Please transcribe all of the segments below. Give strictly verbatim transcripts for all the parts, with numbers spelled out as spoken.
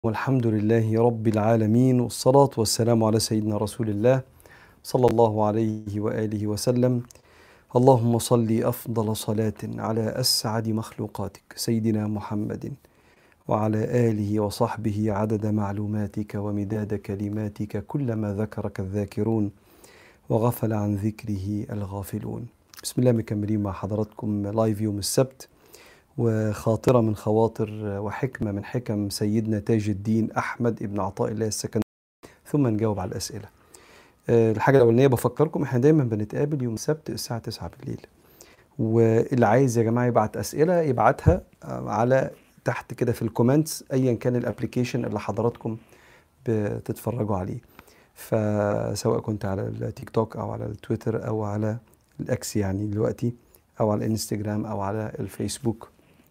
والحمد لله رب العالمين، والصلاة والسلام على سيدنا رسول الله صلى الله عليه وآله وسلم. اللهم صل أفضل صلاة على أسعد مخلوقاتك سيدنا محمد وعلى آله وصحبه عدد معلوماتك ومداد كلماتك، كلما ذكرك الذاكرون وغفل عن ذكره الغافلون. بسم الله، مكملين مع حضراتكم لايف يوم السبت، وخاطرة من خواطر وحكمة من حكم سيدنا تاج الدين أحمد ابن عطاء الله السكندري، ثم نجاوب على الأسئلة. الحاجة الأولانية بفكركم احنا دايما بنتقابل يوم السبت الساعة تسعة بالليل، واللي عايز يا جماعة يبعت أسئلة يبعتها على تحت كده في الكومنتس، أيا كان الابليكيشن اللي حضراتكم بتتفرجوا عليه، فسواء كنت على التيك توك أو على التويتر أو على الأكس يعني دلوقتي، أو على الانستجرام أو على الفيسبوك،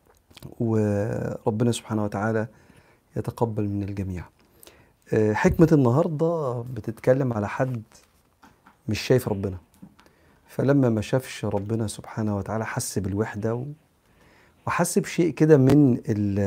وربنا سبحانه وتعالى يتقبل من الجميع. حكمة النهاردة بتتكلم على حد مش شايف ربنا، فلما ما شافش ربنا سبحانه وتعالى حس بالوحدة، وحس بشيء كده من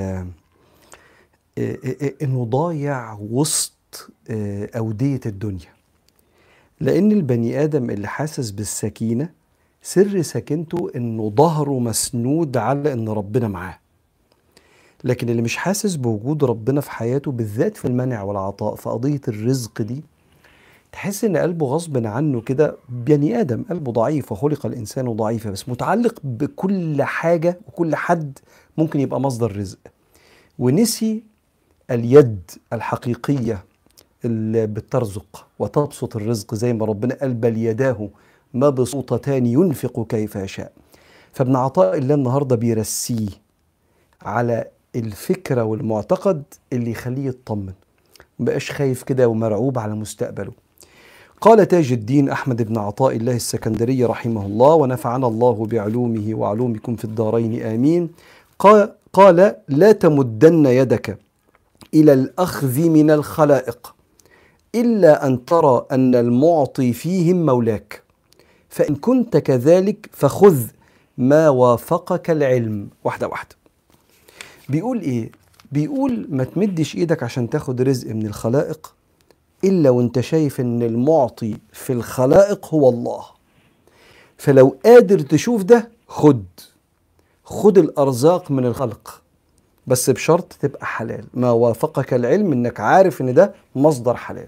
انه ضايع وسط أودية الدنيا. لأن البني آدم اللي حاسس بالسكينة سر سكينته انه ظهره مسنود على ان ربنا معاه، لكن اللي مش حاسس بوجود ربنا في حياته، بالذات في المنع والعطاء، في قضية الرزق دي، تحس ان قلبه غصب عنه كده، بني آدم قلبه ضعيف وخلق الإنسان ضعيفا، بس متعلق بكل حاجة وكل حد ممكن يبقى مصدر رزق، ونسي اليد الحقيقية اللي بترزق وتبسط الرزق، زي ما ربنا قال بل يداه مبسوطتان ينفق كيف يشاء. فابن عطاء الله النهارده بيرسيه على الفكرة والمعتقد اللي يخليه يطمن، مبقاش خايف كده ومرعوب على مستقبله. قال تاج الدين أحمد بن عطاء الله السكندري رحمه الله، ونفعنا الله بعلومه وعلومكم في الدارين آمين. قال لا تمدن يدك إلى الأخذ من الخلائق إلا أن ترى أن المعطي فيهم مولاك، فإن كنت كذلك فخذ ما وافقك العلم. واحدة واحدة. بيقول إيه؟ بيقول ما تمدش إيدك عشان تاخد رزق من الخلائق إلا وانت شايف أن المعطي في الخلائق هو الله. فلو قادر تشوف ده، خد خد الأرزاق من الخلق، بس بشرط تبقى حلال، ما وافقك العلم، إنك عارف إن ده مصدر حلال.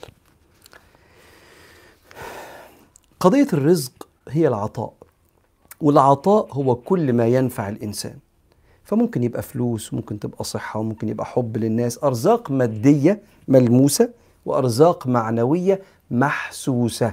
قضية الرزق هي العطاء، والعطاء هو كل ما ينفع الإنسان، فممكن يبقى فلوس، ممكن تبقى صحة، وممكن يبقى حب للناس، أرزاق مادية ملموسة وأرزاق معنوية محسوسة.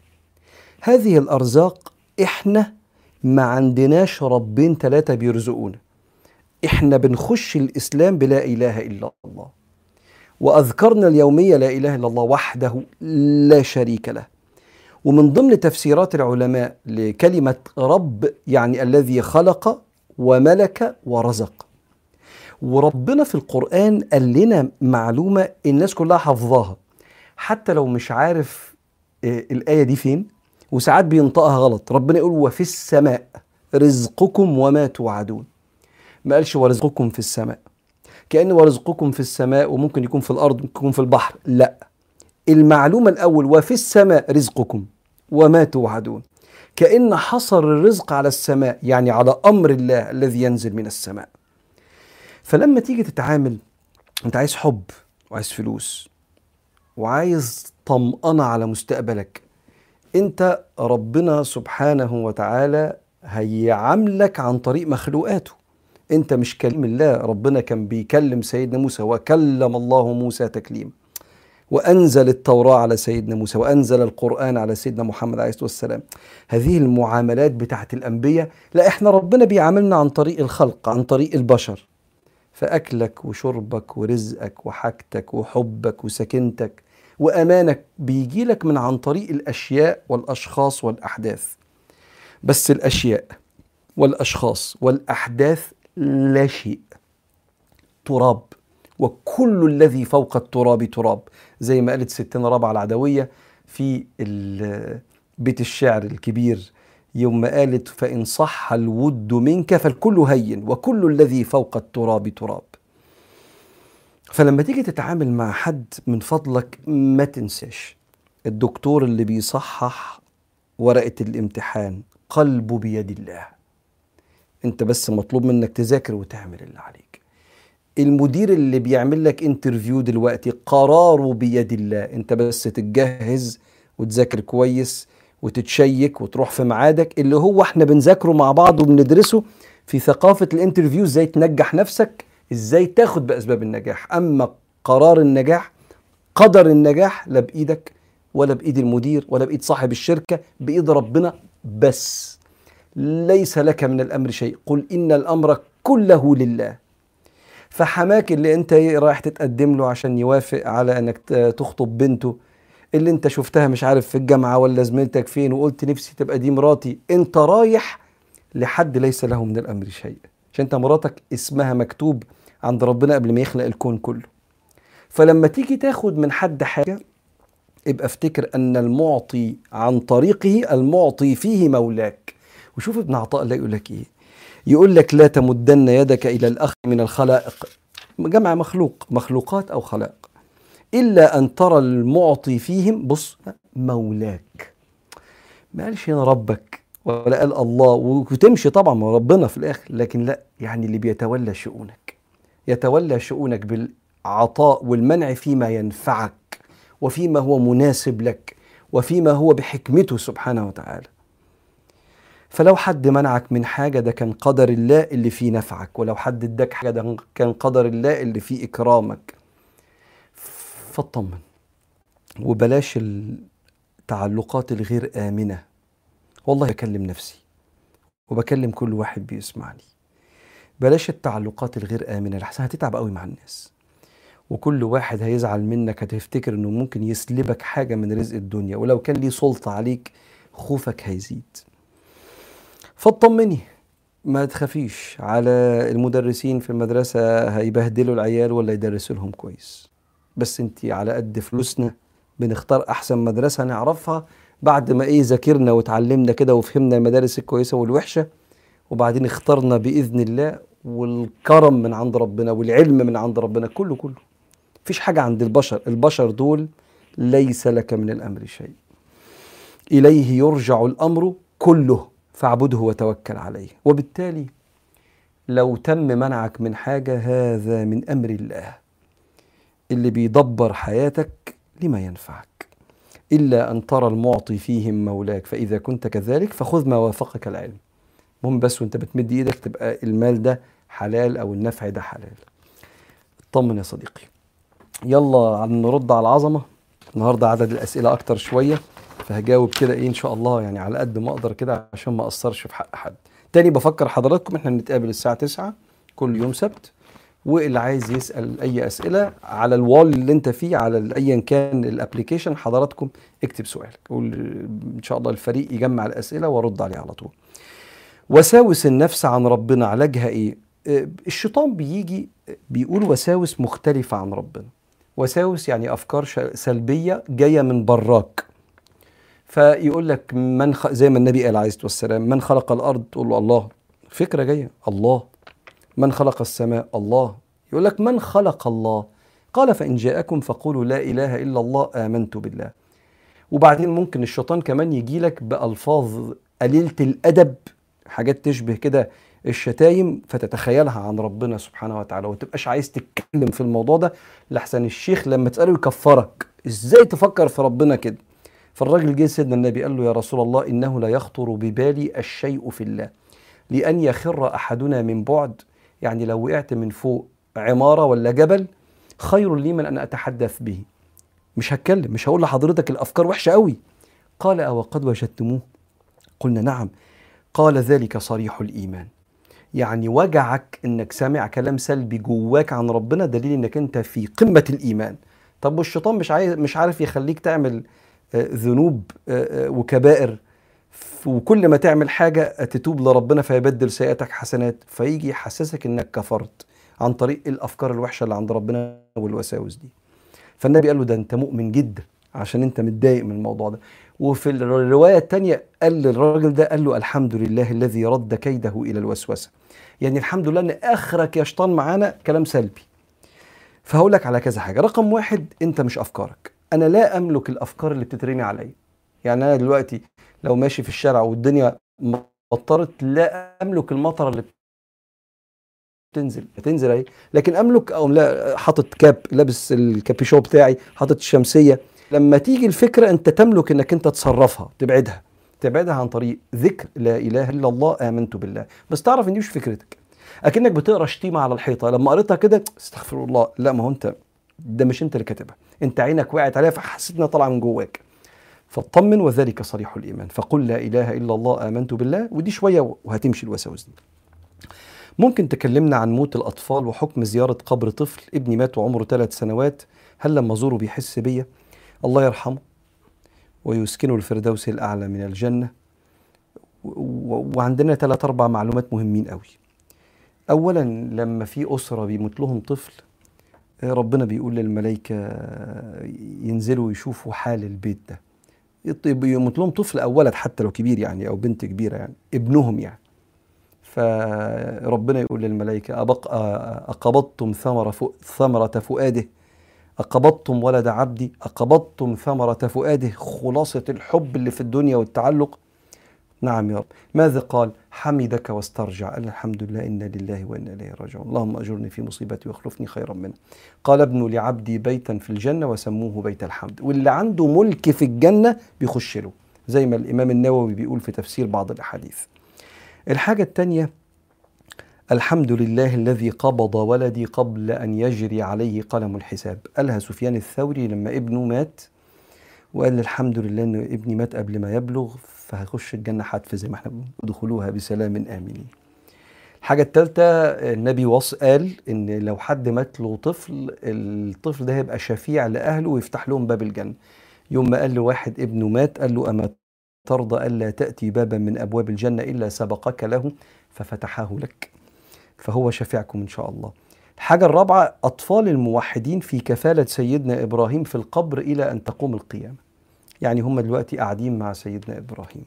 هذه الأرزاق إحنا ما عندناش ربين ثلاثة بيرزقونا، إحنا بنخش الإسلام بلا إله إلا الله، وأذكرنا اليومية لا إله إلا الله وحده لا شريك له. ومن ضمن تفسيرات العلماء لكلمة رب يعني الذي خلق وملك ورزق. وربنا في القرآن قال لنا معلومة الناس كلها حفظاها، حتى لو مش عارف الآية دي فين، وساعات بينطقها غلط. ربنا يقول وفي السماء رزقكم وما توعدون، ما قالش ورزقكم في السماء، كأن ورزقكم في السماء وممكن يكون في الأرض، ممكن يكون في البحر. لا، المعلومة الأول وفي السماء رزقكم وما توعدون، كأن حصر الرزق على السماء، يعني على أمر الله الذي ينزل من السماء. فلما تيجي تتعامل، انت عايز حب وعايز فلوس وعايز طمأنة على مستقبلك، انت ربنا سبحانه وتعالى هيعاملك عن طريق مخلوقاته. انت مش كلم الله، ربنا كان بيكلم سيدنا موسى وكلم الله موسى تكليما، وأنزل التوراة على سيدنا موسى، وأنزل القرآن على سيدنا محمد عليه الصلاة والسلام. هذه المعاملات بتاعت الأنبياء، لا، إحنا ربنا بيعاملنا عن طريق الخلق، عن طريق البشر. فأكلك وشربك ورزقك وحاجتك وحبك وسكنتك وأمانك بيجيلك من عن طريق الأشياء والأشخاص والأحداث. بس الأشياء والأشخاص والأحداث لا شيء، تراب، وكل الذي فوق التراب تراب، زي ما قالت ستنا رابعة العدوية في بيت الشعر الكبير يوم ما قالت فإن صح الود منك فالكل هين وكل الذي فوق التراب تراب. فلما تيجي تتعامل مع حد من فضلك ما تنساش الدكتور اللي بيصحح ورقة الامتحان قلبه بيد الله، انت بس مطلوب منك تذاكر وتعمل اللي عليك. المدير اللي بيعمل لك انترفيو دلوقتي قراره بيد الله، انت بس تتجهز وتذاكر كويس وتتشيك وتروح في ميعادك، اللي هو احنا بنذاكره مع بعض وبندرسه في ثقافة الانترفيو، ازاي تنجح نفسك، ازاي تاخد بأسباب النجاح. اما قرار النجاح، قدر النجاح، لا بإيدك ولا بإيد المدير ولا بإيد صاحب الشركة، بإيد ربنا بس. ليس لك من الأمر شيء، قل إن الأمر كله لله. فحماك اللي انت رايح تتقدم له عشان يوافق على انك تخطب بنته، اللي انت شفتها مش عارف في الجامعة ولا زميلتك فين وقلت نفسي تبقى دي مراتي، انت رايح لحد ليس له من الأمر شيء، عشان انت مراتك اسمها مكتوب عند ربنا قبل ما يخلق الكون كله. فلما تيجي تاخد من حد حاجة، ابقى افتكر ان المعطي عن طريقه المعطي فيه مولاك. وشوف ابن عطاء الله يقول لك ايه، يقول لك لا تمدن يدك الى الاخ من الخلائق، جمع مخلوق، مخلوقات او خلائق، الا ان ترى المعطي فيهم بص مولاك. ما قالش هنا ربك ولا قال الله، وتمشي طبعا مع ربنا في الاخر، لكن لا، يعني اللي بيتولى شؤونك، يتولى شؤونك بالعطاء والمنع فيما ينفعك وفيما هو مناسب لك وفيما هو بحكمته سبحانه وتعالى. فلو حد منعك من حاجة ده كان قدر الله اللي فيه نفعك، ولو حد اداك حاجة ده كان قدر الله اللي فيه إكرامك. فاطمن وبلاش التعلقات الغير آمنة. والله بكلم نفسي وبكلم كل واحد بيسمعني، بلاش التعلقات الغير آمنة، لحسن هتتعب قوي مع الناس، وكل واحد هيزعل منك، هتفتكر انه ممكن يسلبك حاجة من رزق الدنيا، ولو كان ليه سلطة عليك خوفك هيزيد. فاطمني، ما تخافيش على المدرسين في المدرسة هيبهدلوا العيال ولا يدرسوا لهم كويس، بس انتي على قد فلوسنا بنختار احسن مدرسة نعرفها بعد ما ايه ذاكرنا وتعلمنا كده وفهمنا المدارس الكويسة والوحشة، وبعدين اخترنا بإذن الله، والكرم من عند ربنا والعلم من عند ربنا، كله كله مفيش حاجة عند البشر. البشر دول ليس لك من الأمر شيء، إليه يرجع الأمر كله فاعبده وتوكل عليه. وبالتالي لو تم منعك من حاجة، هذا من أمر الله اللي بيدبر حياتك لما ينفعك، إلا أن ترى المعطي فيهم مولاك، فإذا كنت كذلك فخذ ما وافقك العلم. مهم بس وانت بتمد ايدك تبقى المال ده حلال أو النفع ده حلال. اطمن يا صديقي. يلا نرد على العظمة. النهاردة عدد الأسئلة أكتر شوية، فهجاوب كده إيه إن شاء الله يعني على قد ما أقدر كده عشان ما أقصرش في حق حد. تاني بفكر حضراتكم إحنا بنتقابل الساعة تسعة كل يوم سبت، واللي عايز يسأل أي أسئلة على الوال اللي أنت فيه على أيا كان الأبليكيشن، حضراتكم اكتب سؤالك وإن شاء الله الفريق يجمع الأسئلة وارد عليه على طول. وساوس النفس عن ربنا علاجها إيه؟ الشيطان بيجي بيقول وساوس مختلفة عن ربنا. وساوس يعني أفكار سلبية جاية من براك، فيقول لك من خ... زي ما النبي قال عليه الصلاة والسلام، من خلق الأرض تقول له الله، فكرة جاية الله. من خلق السماء الله، يقول لك من خلق الله، قال فإن جاءكم فقولوا لا إله إلا الله آمنت بالله. وبعدين ممكن الشيطان كمان يجي لك بألفاظ قليلة الأدب، حاجات تشبه كده الشتايم، فتتخيلها عن ربنا سبحانه وتعالى وتبقاش عايز تتكلم في الموضوع ده، لحسن الشيخ لما تسأله يكفرك، ازاي تفكر في ربنا كده؟ فالراجل جه سيدنا النبي قال له يا رسول الله إنه لا يخطر ببالي الشيء في الله لأن يخر أحدنا من بعد، يعني لو وقعت من فوق عمارة ولا جبل خير لي من أن أتحدث به، مش هتكلم، مش هقول لحضرتك الأفكار وحشة قوي. قال أو قد وجدتموه؟ قلنا نعم. قال ذلك صريح الإيمان، يعني وجعك انك سامع كلام سلبي جواك عن ربنا دليل انك انت في قمة الإيمان. طب والشيطان مش عايز مش عارف يخليك تعمل ذنوب وكبائر، وكل ما تعمل حاجة تتوب لربنا فيبدل سيئاتك حسنات، فيجي يحسسك انك كفرت عن طريق الأفكار الوحشة اللي عند ربنا والوساوس دي. فالنبي قال له ده انت مؤمن جدا عشان انت متضايق من الموضوع ده. وفي الرواية التانية قال للراجل ده، قال له الحمد لله الذي رد كيده إلى الوسوسة، يعني الحمد لله ان اخرك يا شيطان معانا كلام سلبي، فهقول لك على كذا حاجه. رقم واحد، انت مش افكارك. انا لا املك الافكار اللي بتترمي عليا. يعني انا دلوقتي لو ماشي في الشارع والدنيا مطرت، لا املك المطره اللي بتنزل بتنزل اهي، لكن املك او لا حاطط كاب، لابس الكابيشو بتاعي، حاطط الشمسيه. لما تيجي الفكره انت تملك انك انت تصرفها، تبعدها تبعدها عن طريق ذكر لا اله الا الله امنت بالله. بس تعرف ان دي مش فكرتك. اكنك بتقرا شتيمه على الحيطه، لما قريتها كده استغفر الله، لا ما هو انت ده مش انت اللي كاتبها، انت عينك وقعت عليها فحسيت انها طالعه من جواك. فاطمن، وذلك صريح الايمان. فقل لا اله الا الله امنت بالله، ودي شويه وهتمشي الوساوس دي. ممكن تكلمنا عن موت الأطفال وحكم زيارة قبر طفل ابني مات وعمره ثلاث سنوات، هل لما أزوره بيحس بيا؟ الله يرحمه ويسكنه الفردوس الأعلى من الجنة. و- وعندنا ثلاث أربع معلومات مهمين قوي. أولا، لما في أسرة بيموت لهم طفل، ربنا بيقول للملائكة ينزلوا يشوفوا حال البيت ده. يموت لهم طفل أو ولد حتى لو كبير يعني، أو بنت كبيرة يعني، ابنهم يعني. فربنا يقول للملائكة أبق أقبضتم ثمرة فؤ- ثمرة فؤاده، أقبضتم ولد عبدي، أقبضتم ثمرة فؤاده، خلاصة الحب اللي في الدنيا والتعلق. نعم يا رب. ماذا قال؟ حمدك واسترجع، قال الحمد لله إنا لله وإنا إليه راجعون، اللهم أجرني في مصيبتي واخلفني خيرا منها. قال ابنوا لعبدي بيتا في الجنة وسموه بيت الحمد. واللي عنده ملك في الجنة بيخش له، زي ما الإمام النووي بيقول في تفسير بعض الأحاديث. الحاجة التانية، الحمد لله الذي قبض ولدي قبل أن يجري عليه قلم الحساب. قالها سفيان الثوري لما ابنه مات، وقال الحمد لله أن ابني مات قبل ما يبلغ، فهيخش الجنة حتف زي ما احنا بنقول، ادخلوها بسلام آمنين. الحاجة الثالثة، النبي وص قال إن لو حد مات له طفل، الطفل ده هيبقى شفيع لأهله ويفتح لهم باب الجنة. يوم ما قال له واحد ابنه مات، قال له أما ترضى ألا تأتي بابا من أبواب الجنة إلا سبقك له ففتحاه لك، فهو شفيعكم إن شاء الله. الحاجة الرابعة، أطفال الموحدين في كفالة سيدنا إبراهيم في القبر إلى أن تقوم القيامة. يعني هم دلوقتي قاعدين مع سيدنا إبراهيم،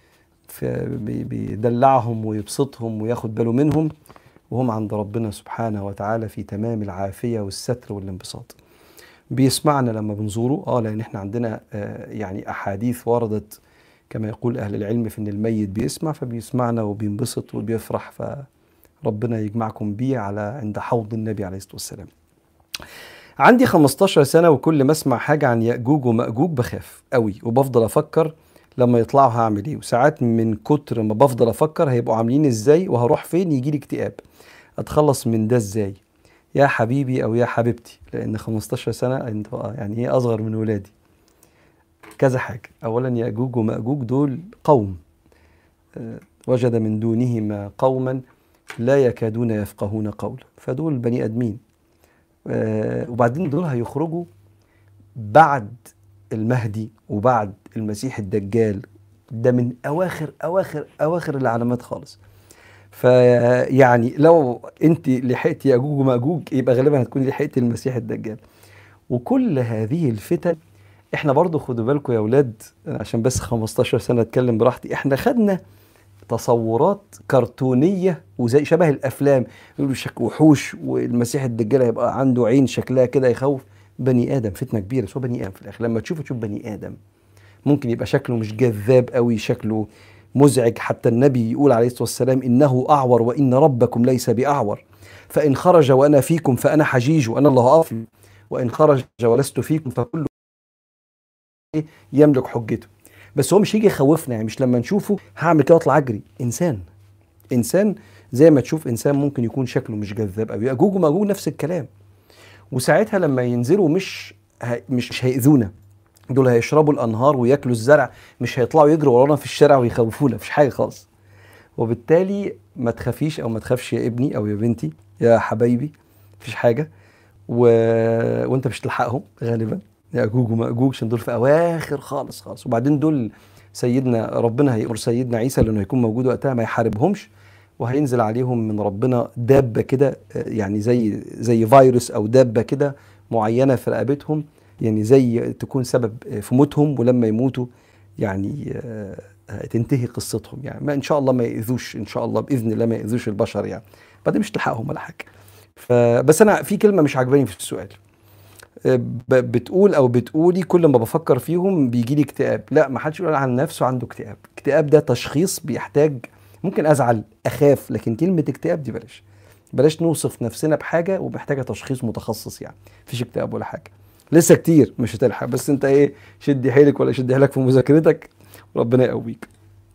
بيدلعهم ويبسطهم وياخد باله منهم، وهم عند ربنا سبحانه وتعالى في تمام العافية والستر والانبساط. بيسمعنا لما بنزوره، اه لأن احنا عندنا آه يعني أحاديث وردت كما يقول أهل العلم في إن الميت بيسمع، فبيسمعنا وبينبسط وبيفرح. ف ربنا يجمعكم بيه على عند حوض النبي عليه الصلاة والسلام. عندي خمستاشر سنة، وكل ما اسمع حاجة عن يأجوج ومأجوج بخاف قوي، وبفضل أفكر لما يطلعوا هعمل ايه، وساعات من كتر ما بفضل أفكر هيبقوا عاملين ازاي وهروح فين يجيلي اكتئاب. أتخلص من ده ازاي يا حبيبي أو يا حبيبتي؟ لأن خمستاشر سنة انت يعني ايه أصغر من ولادي. كذا حاجة. أولا، يأجوج ومأجوج دول قوم أه وجد من دونهما قوما لا يكادون يفقهون قولا، فدول بني ادمين. آه وبعدين دول هيخرجوا بعد المهدي وبعد المسيح الدجال، ده من اواخر اواخر اواخر العلامات خالص. فيعني لو انت لحقت ياجوج وماجوج يبقى غالبا هتكون لحقت المسيح الدجال. وكل هذه الفتن، احنا برضو خدوا بالكم يا اولاد، عشان بس خمستاشر سنة اتكلم براحتي، احنا خدنا تصورات كرتونية وزي شبه الأفلام، يقولوا شك وحوش والمسيح الدجال هيبقى عنده عين شكلها كده يخوف. بني آدم فتنة كبيرة، بس هو بني آدم في الآخر. لما تشوفه تشوف بني آدم، ممكن يبقى شكله مش جذاب قوي، شكله مزعج. حتى النبي يقول عليه الصلاة والسلام إنه أعور وإن ربكم ليس بأعور، فإن خرج وأنا فيكم فأنا حجيج وأنا الله أفل، وإن خرج ولست فيكم فكل يملك حجته. بس هو مش هيجي يخوفنا، يعني مش لما نشوفه هعمل كده اطلع اجري. انسان انسان زي ما تشوف انسان ممكن يكون شكله مش جذاب قوي. ياجوج وماجوج نفس الكلام. وساعتها لما ينزلوا مش ه... مش هيأذونا، دول هيشربوا الانهار وياكلوا الزرع، مش هيطلعوا يجروا ورانا في الشارع ويخوفونا، مفيش حاجه خالص. وبالتالي ما تخافيش او ما تخافش يا ابني او يا بنتي يا حبايبي، مفيش حاجه. و... وانت مش تلحقهم غالبا، ياجوج وماجوج، عشان دول في اواخر خالص خالص. وبعدين دول سيدنا ربنا هيأمر سيدنا عيسى لانه هيكون موجود وقتها ما يحاربهمش، وهينزل عليهم من ربنا دابه كده، يعني زي زي فيروس او دابه كده معينه في رقبتهم، يعني زي تكون سبب في موتهم، ولما يموتوا يعني تنتهي قصتهم. يعني ما ان شاء الله ما يأذوش، ان شاء الله باذن الله ما يأذوش البشر يعني، بعدين مش تلحقهم ولا حاجه. بس انا في كلمه مش عاجباني في السؤال. ب- بتقول او بتقولي كل ما بفكر فيهم بيجي لي اكتئاب. لا، ما حدش يقول عن نفسه عنده اكتئاب. اكتئاب ده تشخيص بيحتاج، ممكن ازعل اخاف، لكن كلمه اكتئاب دي بلاش. بلاش نوصف نفسنا بحاجه ومحتاجه تشخيص متخصص. يعني مفيش اكتئاب ولا حاجه، لسه كتير مش هتلحق. بس انت ايه، شدي حيلك ولا شدي حيلك في مذاكرتك، وربنا يقويك.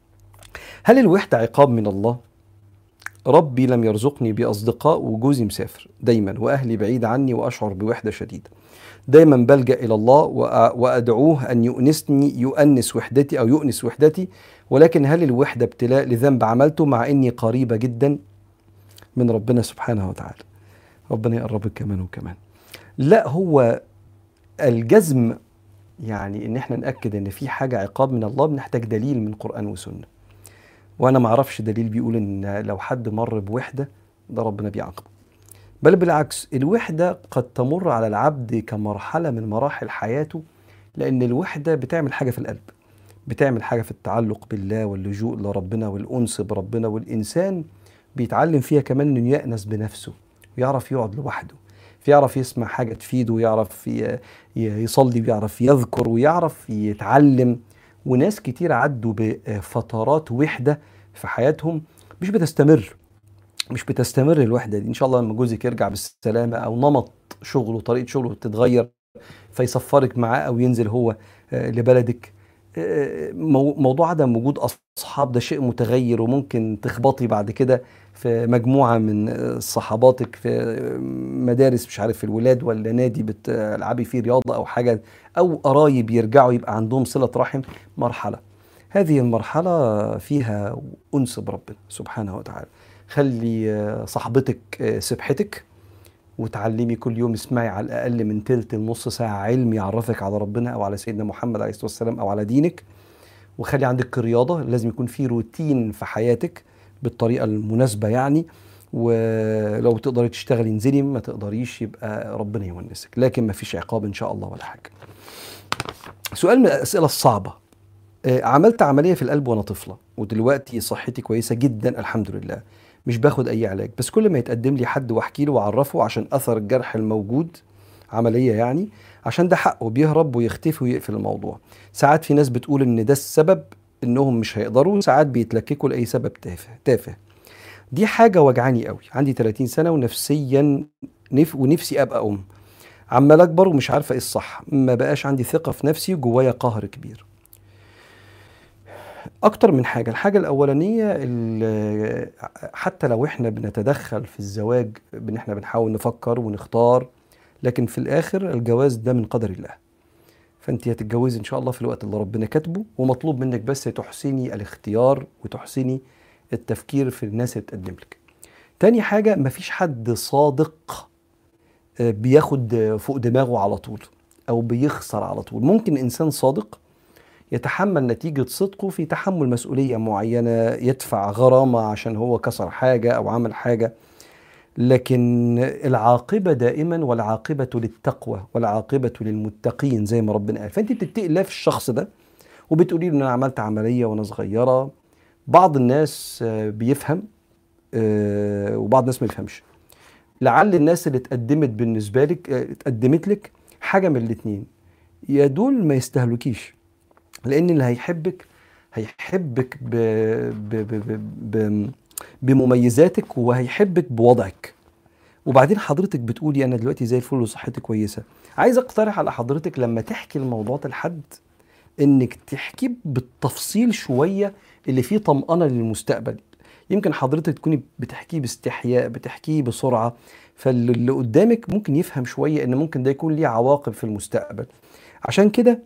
هل الوحده عقاب من الله؟ ربي لم يرزقني باصدقاء وجوزي مسافر دايما واهلي بعيد عني واشعر بوحده شديده. دايما بلجأ إلى الله وأ- وأدعوه أن يؤنسني، يؤنس وحدتي أو يؤنس وحدتي. ولكن هل الوحدة ابتلاء لذنب عملته مع إني قريبة جدا من ربنا سبحانه وتعالى؟ ربنا يقربك كمان وكمان. لا، هو الجزم يعني إن احنا نأكد إن في حاجة عقاب من الله بنحتاج دليل من قرآن وسنة. وأنا معرفش دليل بيقول إن لو حد مر بوحدة ده ربنا بيعاقبه. بل بالعكس، الوحدة قد تمر على العبد كمرحلة من مراحل حياته، لأن الوحدة بتعمل حاجة في القلب، بتعمل حاجة في التعلق بالله واللجوء لربنا والأنس بربنا. والإنسان بيتعلم فيها كمان إنه يأنس بنفسه ويعرف يقعد لوحده، فيعرف يسمع حاجة تفيده، ويعرف ي- ي- يصلي، ويعرف يذكر، ويعرف يتعلم. وناس كتير عدوا بفترات وحدة في حياتهم مش بتستمر. مش بتستمر الوحدة دي. إن شاء الله لما جوزك يرجع بالسلامة، أو نمط شغله طريقة شغله تتغير فيسفرك معاه، أو ينزل هو آه، لبلدك. آه، مو- موضوع عدم وجود أصحاب ده شيء متغير، وممكن تخبطي بعد كده في مجموعة من آه، صحباتك في آه، مدارس، مش عارف في الولاد ولا نادي بتلعبي فيه رياضة أو حاجة، أو قرايب يرجعوا يبقى عندهم صلة رحم. مرحلة، هذه المرحلة فيها أنس بربنا سبحانه وتعالى. خلي آه، صاحبتك آه، سبحتك، وتعلمي كل يوم، اسمعي على الأقل من تلت لنص ساعة علم يعرفك على ربنا أو على سيدنا محمد عليه الصلاة والسلام أو على دينك. وخلي عندك رياضة، لازم يكون في روتين في حياتك بالطريقة المناسبة يعني. ولو تقدري تشتغلي انزلي، ما تقدريش يبقى ربنا يونسك، لكن ما فيش عقاب إن شاء الله ولا حاجة. سؤال من الأسئلة الصعبة. آه، عملت عملية في القلب وأنا طفلة، ودلوقتي صحتي كويسة جدا الحمد لله، مش باخد أي علاج. بس كل ما يتقدم لي حد واحكي له وأعرفه عشان أثر الجرح الموجود، عملية يعني، عشان ده حقه بيهرب ويختفي ويقفل الموضوع. ساعات في ناس بتقول إن ده السبب إنهم مش هيقدروا، ساعات بيتلككوا لأي سبب تافه تافه. دي حاجة وجعاني قوي. عندي ثلاثين سنة ونفسيا نف ونفسي أبقى أم. عمال أكبر ومش عارفة إيه الصح، ما بقاش عندي ثقة في نفسي، جوايا قهر كبير. اكتر من حاجه. الحاجه الاولانيه، ال- حتى لو احنا بنتدخل في الزواج، بان احنا بنحاول نفكر ونختار، لكن في الاخر الجواز ده من قدر الله. فانت هتتجوزي ان شاء الله في الوقت اللي ربنا كاتبه، ومطلوب منك بس تحسني الاختيار وتحسني التفكير في الناس اللي تقدم لك. تاني حاجه، مفيش حد صادق آه، بياخد آه، فوق دماغه على طول او بيخسر على طول. ممكن انسان صادق يتحمل نتيجة صدقه في تحمل مسؤولية معينة، يدفع غرامة عشان هو كسر حاجة أو عمل حاجة، لكن العاقبة دائما، والعاقبة للتقوى والعاقبة للمتقين زي ما ربنا قال. فأنت بتتقي الله في الشخص ده، وبتقولي له إن أنا عملت عملية وأنا صغيرة. بعض الناس آه، بيفهم، آه، وبعض الناس ما بيفهمش. لعل الناس اللي اتقدمت بالنسبة لك آه، اتقدمت لك حاجة من الاتنين: يا دول ما يستهلكيش، لان اللي هيحبك هيحبك ب... ب... ب... ب... ب... بمميزاتك، وهيحبك بوضعك. وبعدين حضرتك بتقولي انا دلوقتي زي الفل وصحتي كويسه. عايز اقترح على حضرتك لما تحكي الموضوع ده لحد، انك تحكيه بالتفصيل شويه، اللي فيه طمأنه للمستقبل. يمكن حضرتك تكوني بتحكيه باستحياء، بتحكيه بسرعه، فاللي قدامك ممكن يفهم شويه ان ممكن ده يكون ليه عواقب في المستقبل. عشان كده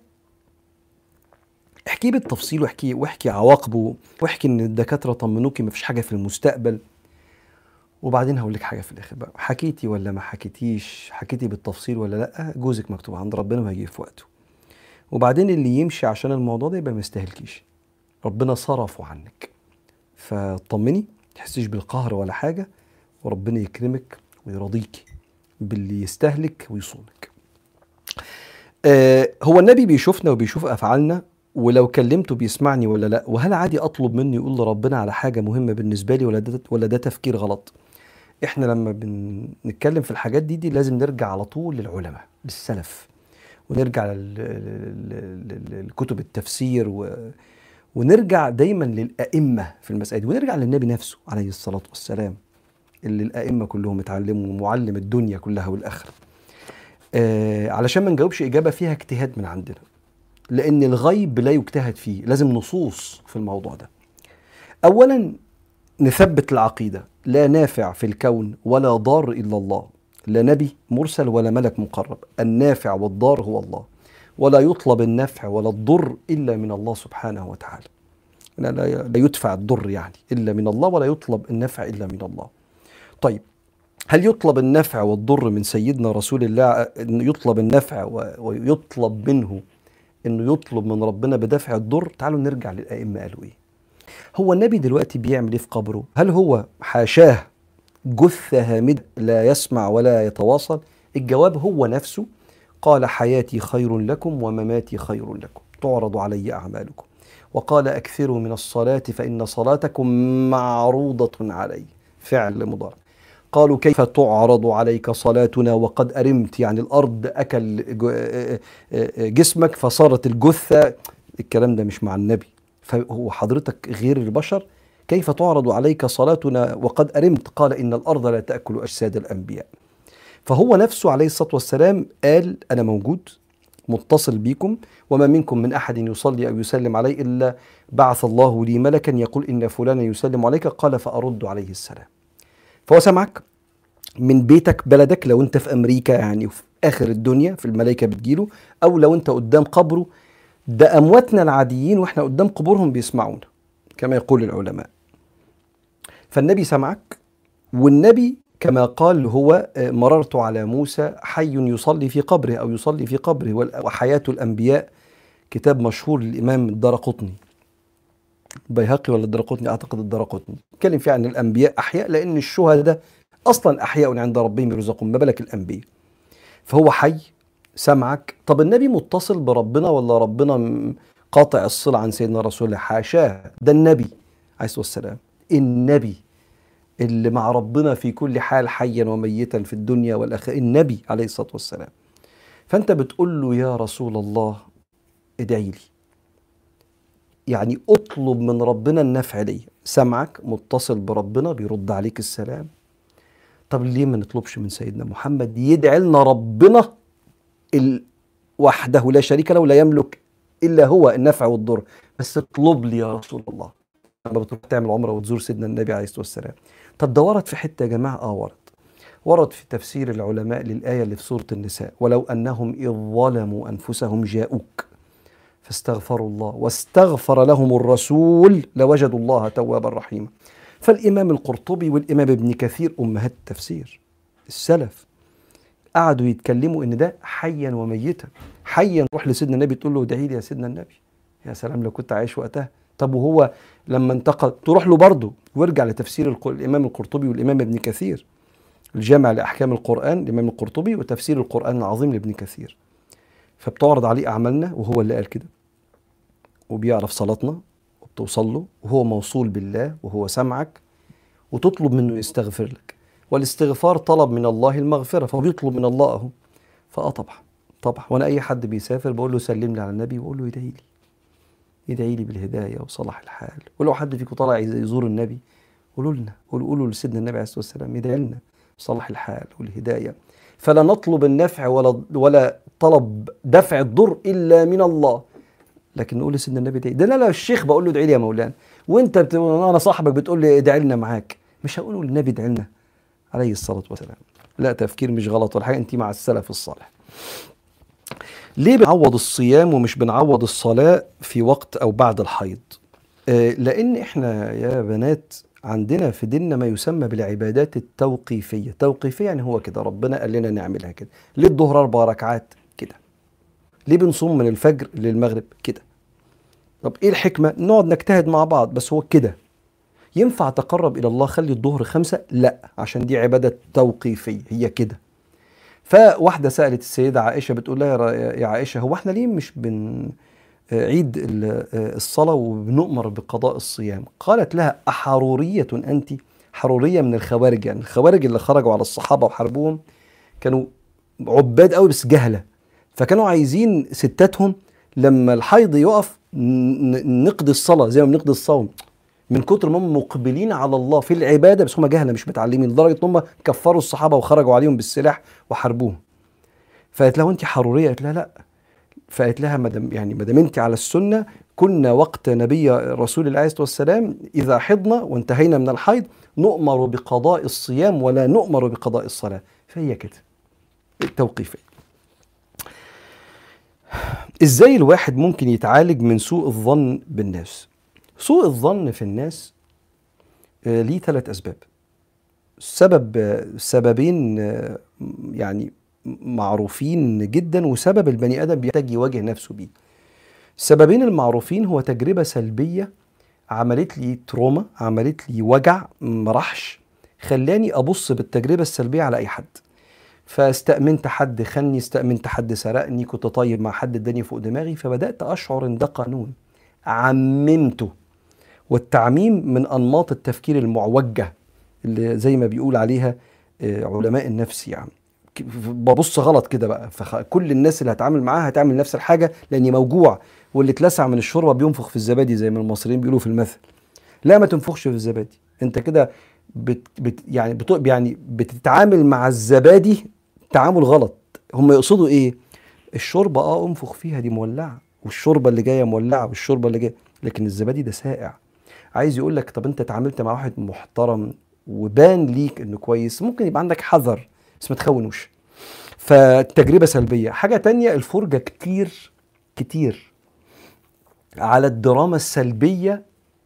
احكيه بالتفصيل، واحكي واحكي عواقبه، واحكي ان الدكاتره طمنوكي مفيش حاجه في المستقبل. وبعدين هقول لك حاجه في الاخر بقى: حكيتي ولا ما حكيتيش، حكيتي بالتفصيل ولا لا، جوزك مكتوب عند ربنا وهيجي في وقته. وبعدين اللي يمشي عشان الموضوع ده يبقى ما يستاهلكيش، ربنا صرفه عنك. فطمني، تحسيش بالقهر ولا حاجه، وربنا يكرمك ويرضيكي باللي يستهلك ويصونك. آه، هو النبي بيشوفنا وبيشوف افعالنا، ولو كلمته بيسمعني ولا لا؟ وهل عادي اطلب منه يقول لربنا على حاجه مهمه بالنسبه لي، ولا ده ولا ده تفكير غلط؟ احنا لما بنتكلم في الحاجات دي دي لازم نرجع على طول للعلماء، للسلف، ونرجع لل- لل- لل- لكتب التفسير و... ونرجع دايما للأئمة في المسألة دي، ونرجع للنبي نفسه عليه الصلاة والسلام اللي الأئمة كلهم اتعلموا، معلم الدنيا كلها والآخرة. آه علشان ما نجاوبش إجابة فيها اجتهاد من عندنا، لأن الغيب لا يجتهد فيه، لازم نصوص في الموضوع ده. أولا نثبت العقيدة، لا نافع في الكون ولا ضار إلا الله، لا نبي مرسل ولا ملك مقرب، النافع والضار هو الله، ولا يطلب النفع ولا الضر إلا من الله سبحانه وتعالى. لا, لا لا يدفع الضر يعني إلا من الله، ولا يطلب النفع إلا من الله. طيب، هل يطلب النفع والضر من سيدنا رسول الله؟ إنه يطلب النفع و- ويطلب منه إنه يطلب من ربنا بدفع الضر؟ تعالوا نرجع للأئمة قالوا إيه. هو النبي دلوقتي بيعمل إيه في قبره؟ هل هو حاشاه جثة هامدة لا يسمع ولا يتواصل؟ الجواب هو نفسه قال: حياتي خير لكم ومماتي خير لكم، تعرض علي أعمالكم. وقال: أكثروا من الصلاة فإن صلاتكم معروضة علي، فعل مضارع. قالوا: كيف تعرض عليك صلاتنا وقد أرمت، يعني الأرض أكل جسمك فصارت الجثة. الكلام ده مش مع النبي، فهو حضرتك غير البشر، كيف تعرض عليك صلاتنا وقد أرمت؟ قال: إن الأرض لا تأكل أجساد الأنبياء. فهو نفسه عليه الصلاة والسلام قال: أنا موجود متصل بيكم، وما منكم من أحد يصلي أو يسلم علي إلا بعث الله لي ملكا يقول إن فلانا يسلم عليك، قال فأرد عليه السلام. فهو سمعك من بيتك بلدك، لو أنت في أمريكا يعني وفي آخر الدنيا في الملائكة بتجيله، أو لو أنت قدام قبره، ده أمواتنا العاديين وإحنا قدام قبورهم بيسمعونا كما يقول العلماء. فالنبي سمعك، والنبي كما قال هو مررت على موسى حي يصلي في قبره أو يصلي في قبره، وحياة الأنبياء كتاب مشهور للإمام الدارقطني، البيهقي ولا الدارقطني؟ أعتقد الدارقطني، اتكلم فيه عن الأنبياء أحياء، لأن الشهداء أصلا أحياء عند ربهم يرزقون، ما بالك الأنبياء. فهو حي سمعك. طب النبي متصل بربنا ولا ربنا قاطع الصلة عن سيدنا رسول الله؟ حاشاه، ده النبي عليه الصلاة والسلام، النبي اللي مع ربنا في كل حال حيا وميتا في الدنيا والآخرة، النبي عليه الصلاة والسلام. فأنت بتقول له: يا رسول الله ادعي لي، يعني اطلب من ربنا النفع لي. سمعك متصل بربنا بيرد عليك السلام. طب ليه ما نطلبش من سيدنا محمد يدعي لنا ربنا وحده لا شريك له، لا يملك إلا هو النفع والضر، بس اطلب لي يا رسول الله لما بتروح تعمل عمرة وتزور سيدنا النبي عليه الصلاة والسلام. طب ده ورد في حتة يا جماعة؟ اه ورد ورد في تفسير العلماء للآية اللي في سورة النساء: ولو أنهم إذ ظلموا أنفسهم جاءوك فاستغفروا الله واستغفر لهم الرسول لوجدوا الله توابا رحيما. فالإمام القرطبي والإمام ابن كثير أمهات التفسير السلف قعدوا يتكلموا إن ده حيا وميتا. حيا روح لسيدنا النبي تقول له: ادعي لي يا سيدنا النبي، يا سلام لو كنت عايش وقتها. طب وهو لما انتقل تروح له برضه. وارجع لتفسير الإمام القرطبي والإمام ابن كثير، الجامع لأحكام القرآن الإمام القرطبي، وتفسير القرآن العظيم لابن كثير. فبتعرض عليه أعمالنا وهو اللي قال كده، وبيعرف صلاتنا وبتوصل له، وهو موصول بالله وهو سمعك، وتطلب منه يستغفر لك. والاستغفار طلب من الله المغفرة، فهو بيطلب من الله أهو. فأه طبعا طبعا. وأنا أي حد بيسافر بقول له: سلم لي على النبي، وأقول له يدعي لي يدعي لي بالهداية وصلاح الحال. ولو حد فيكم طالع يزور النبي قولوا لنا، قولوا لسيدنا النبي عليه الصلاة والسلام يدعي لنا بصلاح الحال والهداية. فلا نطلب النفع ولا ولا طلب دفع الضر إلا من الله، لكن نقول لسيدنا النبي ادعي. ده لا لا الشيخ بقول له ادعي لي يا مولانا، وانت بت... انا صاحبك بتقول لي ادعي لنا معاك، مش هقول للنبي ادعي لنا عليه الصلاة والسلام. لا، تفكير مش غلط ولا حاجة، انت مع السلف الصالح. ليه بنعوض الصيام ومش بنعوض الصلاة في وقت أو بعد الحيض؟ آه لأن إحنا يا بنات عندنا في ديننا ما يسمى بالعبادات التوقيفية. توقيفية يعني هو كده، ربنا قال لنا نعملها كده. ليه الظهر أربع ركعات كده؟ ليه بنصوم من الفجر للمغرب كده؟ طب إيه الحكمة؟ نقعد نجتهد مع بعض، بس هو كده. ينفع تقرب إلى الله خلي الظهر خمسة؟ لا، عشان دي عبادة توقيفية، هي كده. فواحدة سألت السيدة عائشة بتقول لها: يا عائشة، هو احنا ليه مش بنعيد الصلاة وبنؤمر بقضاء الصيام؟ قالت لها: أحرورية أنت؟ حروريه من الخوارج. يعني الخوارج اللي خرجوا على الصحابه وحاربوهم كانوا عباد قوي بس جهله، فكانوا عايزين ستاتهم لما الحيض يقف ن- نقضي الصلاه زي ما بنقضي الصوم، من كتر ما هم مقبلين على الله في العباده، بس هم جهله مش متعلمين، لدرجه ان هم كفروا الصحابه وخرجوا عليهم بالسلاح وحاربوهم. فقالت لها انت حروريه؟ قالت لها لا. فقالت لها مدام يعني مدام انت على السنه، كنا وقت نبي رسول الله عليه الصلاه والسلام اذا حضنا وانتهينا من الحيض نؤمر بقضاء الصيام ولا نؤمر بقضاء الصلاه. فهي كده التوقيفيه. ازاي الواحد ممكن يتعالج من سوء الظن بالناس؟ سوء الظن في الناس آه، ليه ثلاث اسباب. سبب آه، سببين آه، يعني معروفين جدا، وسبب البني ادم بيحتاج يواجه نفسه بيه. السببين المعروفين هو تجربة سلبية عملت لي تروما، عملت لي وجع مرحش، خلاني ابص بالتجربة السلبية على اي حد. فاستأمنت حد خني، استأمنت حد سرقني، كنت طيب مع حد اداني فوق دماغي، فبدأت اشعر ان ده قانون عممته. والتعميم من انماط التفكير المعوجة اللي زي ما بيقول عليها آه، علماء النفس. يعني ك- ببص غلط كده بقى، فكل الناس اللي هتعامل معاها هتعمل نفس الحاجة لاني موجوع. واللي اتلسع من الشوربة بينفخ في الزبادي زي ما المصريين بيقولوا في المثل. لا، ما تنفخش في الزبادي، انت كده بت بت يعني بت يعني بتتعامل مع الزبادي تعامل غلط. هم يقصدوا ايه؟ الشوربه اه انفخ فيها، دي مولعه، والشوربه اللي جايه مولعه، والشوربه اللي جايه، لكن الزبادي ده ساقع. عايز يقول لك طب انت اتعاملت مع واحد محترم وبان ليك انه كويس، ممكن يبقى عندك حذر بس ما تخونوش. فتجربه سلبيه. حاجه تانية، الفرجه كتير كتير على الدراما السلبيه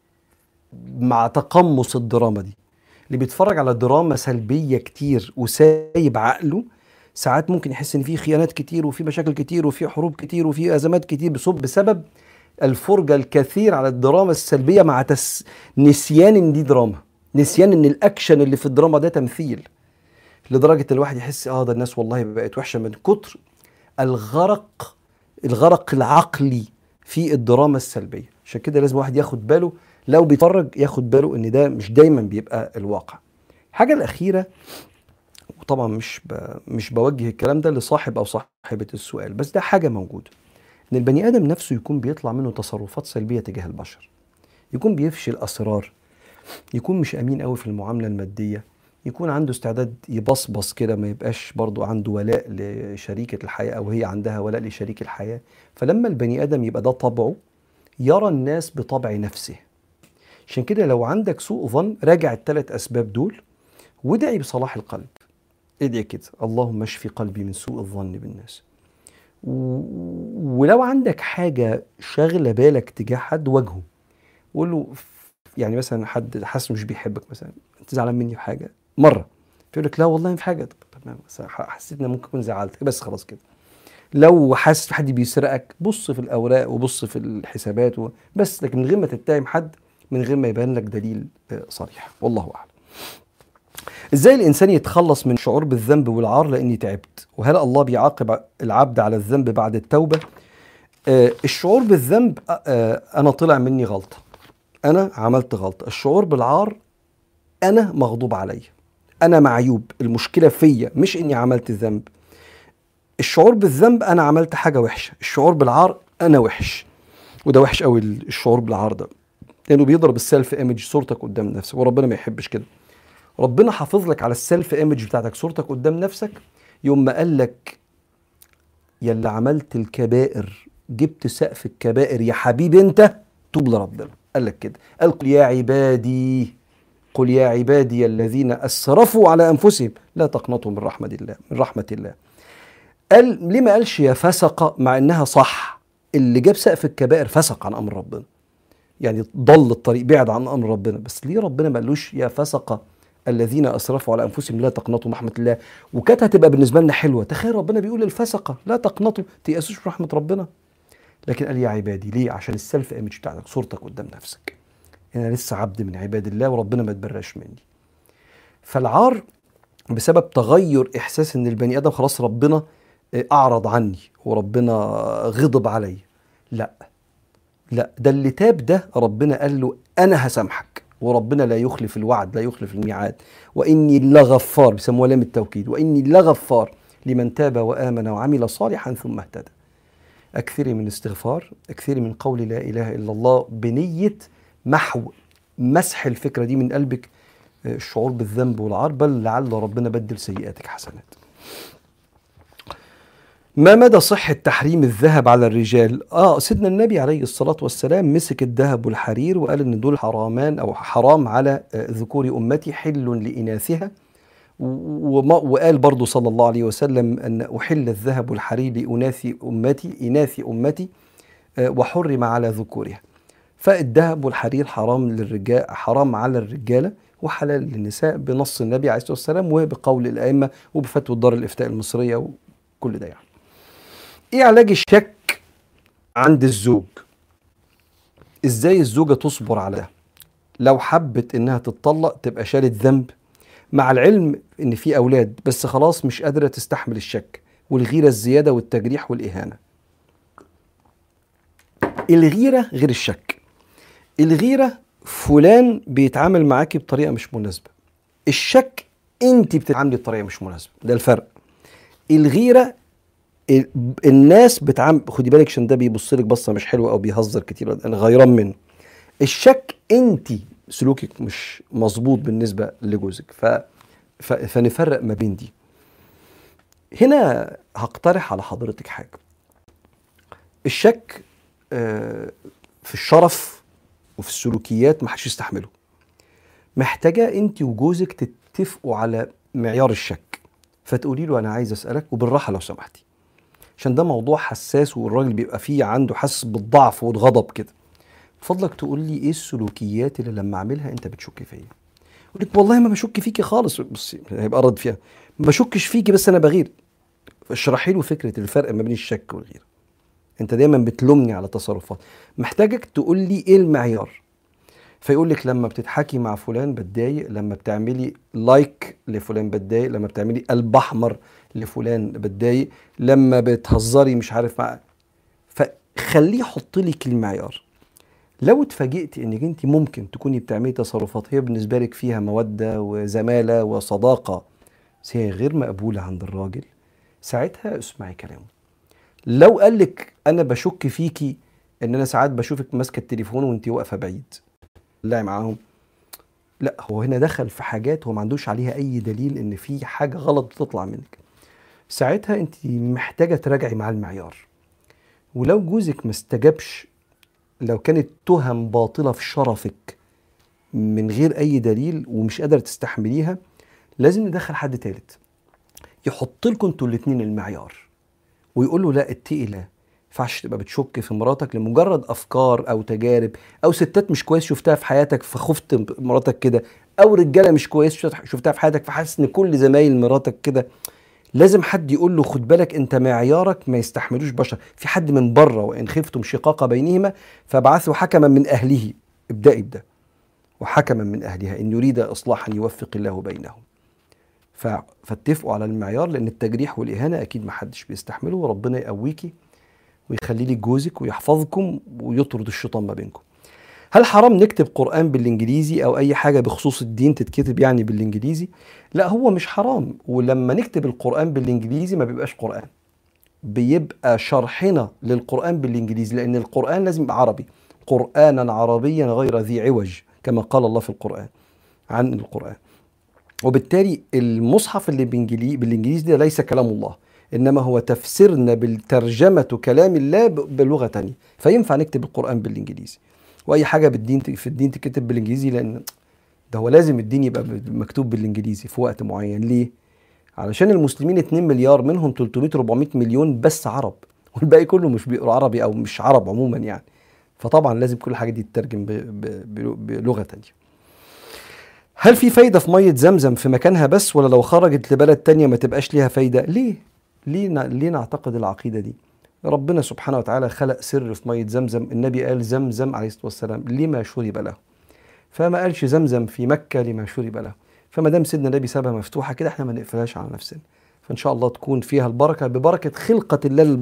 مع تقمص الدراما دي. اللي بيتفرج على دراما سلبية كتير وسايب عقله، ساعات ممكن يحس ان في خيانات كتير وفي مشاكل كتير وفي حروب كتير وفي ازمات كتير بسبب بسبب الفرجة الكثير على الدراما السلبية مع تس... نسيان ان دي دراما، نسيان ان الاكشن اللي في الدراما ده تمثيل. لدرجة الواحد يحس اه ده الناس والله بقت وحشة من كتر الغرق، الغرق العقلي في الدراما السلبية. عشان كده لازم واحد ياخد باله لو بيتفرج، ياخد باله ان ده مش دايما بيبقى الواقع. الحاجة الأخيرة، وطبعا مش ب... مش بوجه الكلام ده لصاحب أو صاحبة السؤال، بس ده حاجة موجودة، إن البني آدم نفسه يكون بيطلع منه تصرفات سلبية تجاه البشر، يكون بيفشي الأسرار، يكون مش أمين قوي في المعاملة المادية، يكون عنده استعداد يبصبص كده، ما يبقاش برضو عنده ولاء لشريكة الحياة أو هي عندها ولاء لشريك الحياة. فلما البني آدم يبقى ده طبعه، يرى الناس بطبع نفسه. عشان كده لو عندك سوء ظن، راجع الثلاث أسباب دول وادعي بصلاح القلب. ادعي كده اللهم اشفي قلبي من سوء الظن بالناس. و... ولو عندك حاجة شاغلة بالك تجاه حد، واجهه وقول له. يعني مثلا حد حاسس مش بيحبك، مثلا انت زعلان مني في حاجة مرة، تقول لك لا والله ما في حاجة، طب تمام بس حسيت ان ممكن اكون زعلتك، بس خلاص كده. لو حاسس حد بيسرقك، بص في الاوراق وبص في الحسابات و... بس لكن من غير ما تتهم حد، من غير ما يبان لك دليل آه، صريح. والله اعلم. ازاي الانسان يتخلص من شعور بالذنب والعار لاني تعبت؟ وهل الله بيعاقب العبد على الذنب بعد التوبة؟ آه الشعور بالذنب، آه آه، انا طلع مني غلطة، انا عملت غلطة. الشعور بالعار، انا مغضوب عليا، انا معيوب، المشكلة فيا مش اني عملت الذنب. الشعور بالذنب انا عملت حاجة وحشة، الشعور بالعار انا وحش. وده وحش قوي الشعور بالعار ده، لانه بيضرب السيلف ايمج، صورتك قدام نفسك، وربنا ما يحبش كده. ربنا حافظ لك على السيلف ايمج بتاعتك، صورتك قدام نفسك، يوم ما قال لك يا اللي عملت الكبائر جبت سقف الكبائر يا حبيبي انت، توب لربنا. قال لك كده، قال قل يا عبادي، قل يا عبادي الذين اسرفوا على انفسهم لا تقنطوا من رحمة الله، من رحمة الله. قال ليه ما قالش يا فسق، مع انها صح، اللي جاب سقف الكبائر فسق عن امر ربنا، يعني ضل الطريق، بعد عن امر ربنا. بس ليه ربنا ما قالوش يا فسق الذين اسرفوا على انفسهم لا تقنطوا من رحمه الله؟ وكانت هتبقى بالنسبه لنا حلوه، تخيل ربنا بيقول للفسقه لا تقنطوا، تيأسوش من رحمه ربنا. لكن قال يا عبادي، ليه؟ عشان السلف ايمج بتاعتك، صورتك قدام نفسك، انا لسه عبد من عباد الله وربنا ما تبرأش مني. فالعار بسبب تغير احساس ان البني ادم خلاص ربنا اعرض عني وربنا غضب علي. لا لا، ده اللي تاب ده ربنا قال له انا هسامحك، وربنا لا يخلف الوعد، لا يخلف الميعاد. وإني لغفار، بيسموها لام التوكيد، وإني لغفار لمن تاب وآمن وعمل صالحا ثم اهتدى. أكثري من استغفار، أكثري من قول لا إله إلا الله بنية محو مسح الفكرة دي من قلبك، الشعور بالذنب والعار، بل لعل ربنا بدل سيئاتك حسنات. ما مدى صحة تحريم الذهب على الرجال؟ آه سيدنا النبي عليه الصلاة والسلام مسك الذهب والحرير وقال إن دول حرامان أو حرام على ذكور أمتي حل لإناثها، وقال برضو صلى الله عليه وسلم أن أحل الذهب والحرير لإناث أمتي إناث أمتي وحرم على ذكورها. فالذهب والحرير حرام للرجال، حرام على الرجالة وحلال للنساء بنص النبي عليه الصلاة والسلام وبقول الأئمة وبفتوى دار الإفتاء المصرية وكل ده. يعني ايه علاج الشك عند الزوج؟ ازاي الزوجة تصبر على ده؟ لو حبت انها تتطلق تبقى شالت ذنب، مع العلم ان في اولاد، بس خلاص مش قادرة تستحمل الشك والغيرة الزيادة والتجريح والإهانة. الغيرة غير الشك. الغيرة فلان بيتعامل معاكي بطريقة مش مناسبة، الشك انت بتتعاملي بطريقة مش مناسبة، ده الفرق. الغيرة الناس بتعامل، خدي بالك عشان ده بيبص لك بصه مش حلوه او بيهزر كتير، انا غيران منه. الشك انت سلوكك مش مظبوط بالنسبه لجوزك، ف... ف... فنفرق ما بين دي. هنا هقترح على حضرتك حاجه. الشك آه في الشرف وفي السلوكيات ما حدش يستحمله. محتاجه انت وجوزك تتفقوا على معيار الشك، فتقولي له انا عايز اسالك وبالراحه لو سمحتي، عشان ده موضوع حساس والراجل بيبقى فيه عنده حس بالضعف والغضب كده. فضلك تقول لي ايه السلوكيات اللي لما اعملها انت بتشك فيا؟ اقول لك والله ما بشك فيكي خالص. بصي هيبقى رد فيها ما بشكش فيكي بس انا بغير. اشرحي له فكره الفرق ما بين الشك والغيره. انت دايما بتلومني على تصرفات، محتاجك تقول لي ايه المعيار. فيقول لك لما بتضحكي مع فلان بتضايق، لما بتعملي لايك لفلان بتضايق، لما بتعملي قلب احمر لفلان بتضايق، لما بتهزري مش عارف مع. فخليه يحط لك المعيار. لو اتفاجئتي انك انت ممكن تكوني بتعملي تصرفات هي بالنسبه لك فيها موده وزماله وصداقه بس هي غير مقبوله عند الراجل، ساعتها اسمعي كلامه. لو قال لك انا بشك فيكي ان انا ساعات بشوفك ماسكه التليفون وانت واقفه بعيد لا معاهم، لا هو هنا دخل في حاجات هو ما عندوش عليها اي دليل ان في حاجه غلط بتطلع منك. ساعتها انت محتاجه تراجعي مع المعيار. ولو جوزك ما استجابش، لو كانت تهم باطله في شرفك من غير اي دليل ومش قادره تستحمليها، لازم ندخل حد تالت يحط لكم انتوا الاثنين المعيار ويقول له لا اتقي الله، ما ينفعش تبقى بتشك في مراتك لمجرد افكار او تجارب، او ستات مش كويس شفتها في حياتك فخفت مراتك كده، او رجاله مش كويس شفتها في حياتك فحاسس ان كل زمايل مراتك كده. لازم حد يقول له خد بالك انت معيارك ما يستحملوش بشر، في حد من بره، وان خفتم شقاق بينهما فابعثوا حكما من اهله، ابدأي بده، وحكما من اهلها ان يريد اصلاحا يوفق الله بينهم. فاتفقوا على المعيار، لان التجريح والاهانه اكيد ما حدش بيستحمله، وربنا يقويكي ويخلي لك جوزك ويحفظكم ويطرد الشيطان ما بينكم. هل حرام نكتب قرآن بالانجليزي او اي حاجه بخصوص الدين تتكتب يعني بالانجليزي؟ لا هو مش حرام، ولما نكتب القرآن بالانجليزي ما بيبقاش قرآن، بيبقى شرحنا للقرآن بالانجليزي، لان القرآن لازم يبقى عربي، قرآنا عربيا غير ذي عوج كما قال الله في القرآن عن القرآن. وبالتالي المصحف اللي بالانجليزي ده ليس كلام الله، انما هو تفسيرنا بالترجمة كلام الله بلغة تانية، فينفع نكتب القرآن بالانجليزي. واي حاجة بالدين في الدين تكتب بالانجليزي، لان ده هو لازم الدين يبقى مكتوب بالانجليزي في وقت معين. ليه؟ علشان المسلمين اتنين مليار، منهم تلتمية أربعمية مليون بس عرب، والباقي كله مش بيقرأ عربي او مش عرب عموما يعني. فطبعا لازم كل حاجة دي تترجم بلغة تانية. هل في فايدة في مية زمزم في مكانها بس، ولا لو خرجت لبلد تانية ما تبقاش ليها فايدة؟ ليه؟ ليه, ليه نعتقد العقيدة دي؟ ربنا سبحانه وتعالى خلق سر في مية زمزم، النبي قال زمزم عليه الصلاة والسلام لما شرب له، فما قالش زمزم في مكة لما شرب له. فما دام سيدنا النبي سابها مفتوحة كده احنا ما نقفلهاش على نفسنا، فإن شاء الله تكون فيها البركة ببركة خلقة الله.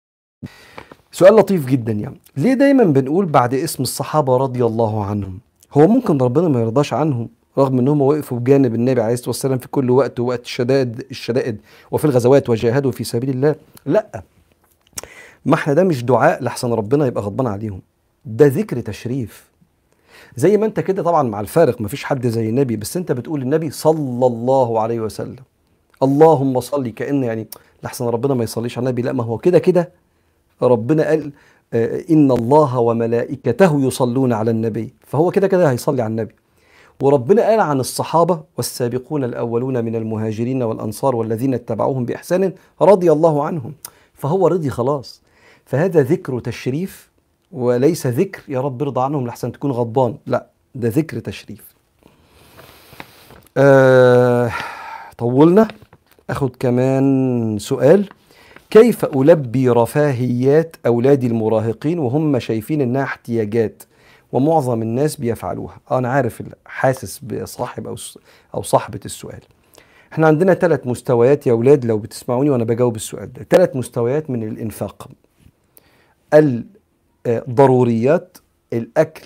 سؤال لطيف جدا يعني، ليه دايما بنقول بعد اسم الصحابة رضي الله عنهم هو ممكن ربنا ما يرضاش عنهم رغم انهم وقفوا بجانب النبي عليه الصلاه والسلام في كل وقت ووقت الشدائد الشدائد وفي الغزوات وجاهدوا في سبيل الله؟ لا، ما احنا ده مش دعاء لحسن ربنا يبقى غضبان عليهم، ده ذكر تشريف. زي ما انت كده طبعا مع الفارق، ما فيش حد زي النبي، بس انت بتقول النبي صلى الله عليه وسلم، اللهم صل، كأن يعني لحسن ربنا ما يصليش على النبي. لا، ما هو كده كده ربنا قال آه، إن الله وملائكته يصلون على النبي، فهو كده كده هيصلي على النبي. وربنا قال عن الصحابة والسابقون الأولون من المهاجرين والأنصار والذين اتبعوهم بإحسان رضي الله عنهم، فهو رضي خلاص. فهذا ذكر تشريف وليس ذكر يا رب ارضى عنهم لحسن تكون غضبان، لا، ده ذكر تشريف. آه طولنا، أخذ كمان سؤال. كيف ألبي رفاهيات أولادي المراهقين وهم شايفين إنها احتياجات ومعظم الناس بيفعلوها؟ أنا عارف، حاسس بصاحب أو أو صاحبة السؤال. احنا عندنا ثلاث مستويات يا أولاد، لو بتسمعوني وأنا بجاوب السؤال ده، ثلاث مستويات من الإنفاق: الضروريات، الأكل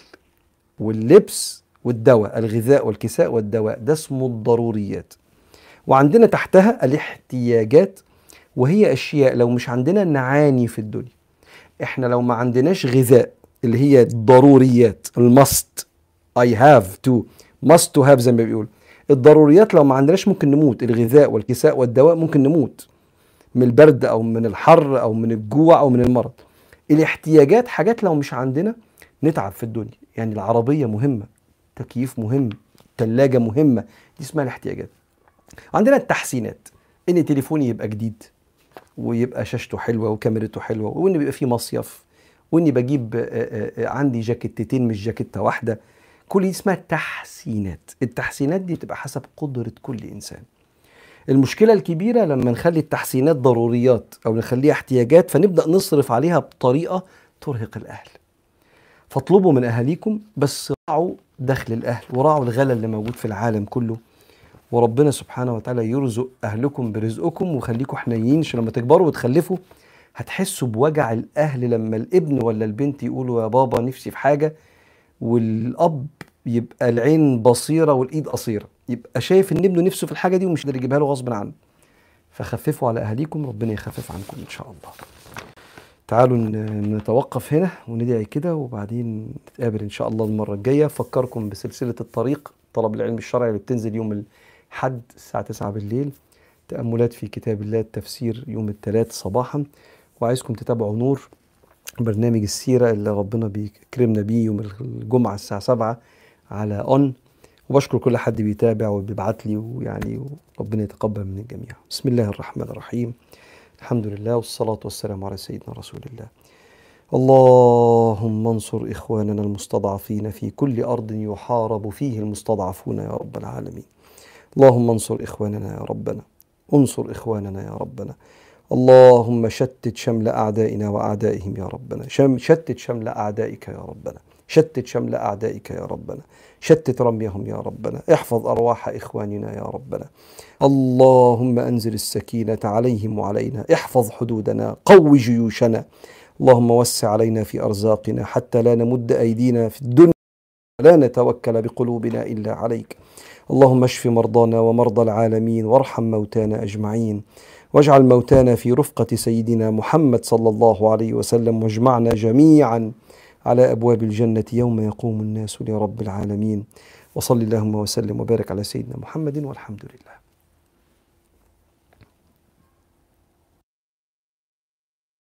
واللبس والدواء، الغذاء والكساء والدواء، ده اسمه الضروريات. وعندنا تحتها الاحتياجات، وهي أشياء لو مش عندنا نعاني في الدنيا. احنا لو ما عندناش غذاء اللي هي الضروريات، الماست، I have to must to have زي ما بيقول. الضروريات لو ما عندناش ممكن نموت، الغذاء والكساء والدواء ممكن نموت من البرد أو من الحر أو من الجوع أو من المرض. الاحتياجات حاجات لو مش عندنا نتعب في الدنيا، يعني العربية مهمة، تكييف مهم، تلاجة مهمة، دي اسمها الاحتياجات. عندنا التحسينات، ان تليفوني يبقى جديد ويبقى شاشته حلوة وكاميرته حلوة، وان بيبقى فيه مصيف، واني بجيب عندي جاكيتتين مش جاكيتة واحدة. كل دي اسمها تحسينات. التحسينات دي بتبقى حسب قدرة كل إنسان. المشكلة الكبيرة لما نخلي التحسينات ضروريات أو نخليها احتياجات، فنبدأ نصرف عليها بطريقة ترهق الأهل. فاطلبوا من أهاليكم، بس راعوا دخل الأهل وراعوا الغلا اللي موجود في العالم كله، وربنا سبحانه وتعالى يرزق أهلكم برزقكم. وخليكم حنيين عشان لما تكبروا وتخلفوا هتحسوا بوجع الأهل لما الابن ولا البنت يقولوا يا بابا نفسي في حاجة، والأب يبقى العين بصيرة والإيد قصيرة، يبقى شايف إن ابنه نفسه في الحاجة دي ومش قادر يجيبها له غصب عنه. فخففوا على أهاليكم، ربنا يخفف عنكم إن شاء الله. تعالوا نتوقف هنا وندعي كده، وبعدين نتقابل إن شاء الله المرة الجاية. فكركم بسلسلة الطريق، طلب العلم الشرعي، اللي بتنزل يوم الحد الساعة تسعة بالليل، تأملات في كتاب الله، التفسير يوم الثلاث صباحا. وعايزكم تتابعوا نور، برنامج السيرة اللي ربنا بيكرمنا بيه يوم الجمعة الساعة سبعة على أون. وبشكر كل حد بيتابع وبيبعت لي، ويعني ربنا يتقبل من الجميع. بسم الله الرحمن الرحيم، الحمد لله والصلاة والسلام على سيدنا رسول الله. اللهم انصر إخواننا المستضعفين في كل أرض يحارب فيه المستضعفون يا رب العالمين. اللهم انصر إخواننا يا ربنا، انصر إخواننا يا ربنا. اللهم شتت شمل أعدائنا وأعدائهم يا ربنا، شم شتت شمل أعدائك يا ربنا، شتت شمل أعدائك يا ربنا، شتت رميهم يا ربنا، احفظ أرواح إخواننا يا ربنا. اللهم أنزل السكينة عليهم وعلينا، احفظ حدودنا، قو جيوشنا. اللهم وسع علينا في أرزاقنا حتى لا نمد أيدينا في الدنيا ولا نتوكل بقلوبنا إلا عليك. اللهم اشف مرضانا ومرضى العالمين، وارحم موتانا أجمعين، واجعل موتانا في رفقة سيدنا محمد صلى الله عليه وسلم، واجمعنا جميعا على أبواب الجنة يوم يقوم الناس لرب العالمين. وصل اللهم وسلم وبارك على سيدنا محمد، والحمد لله.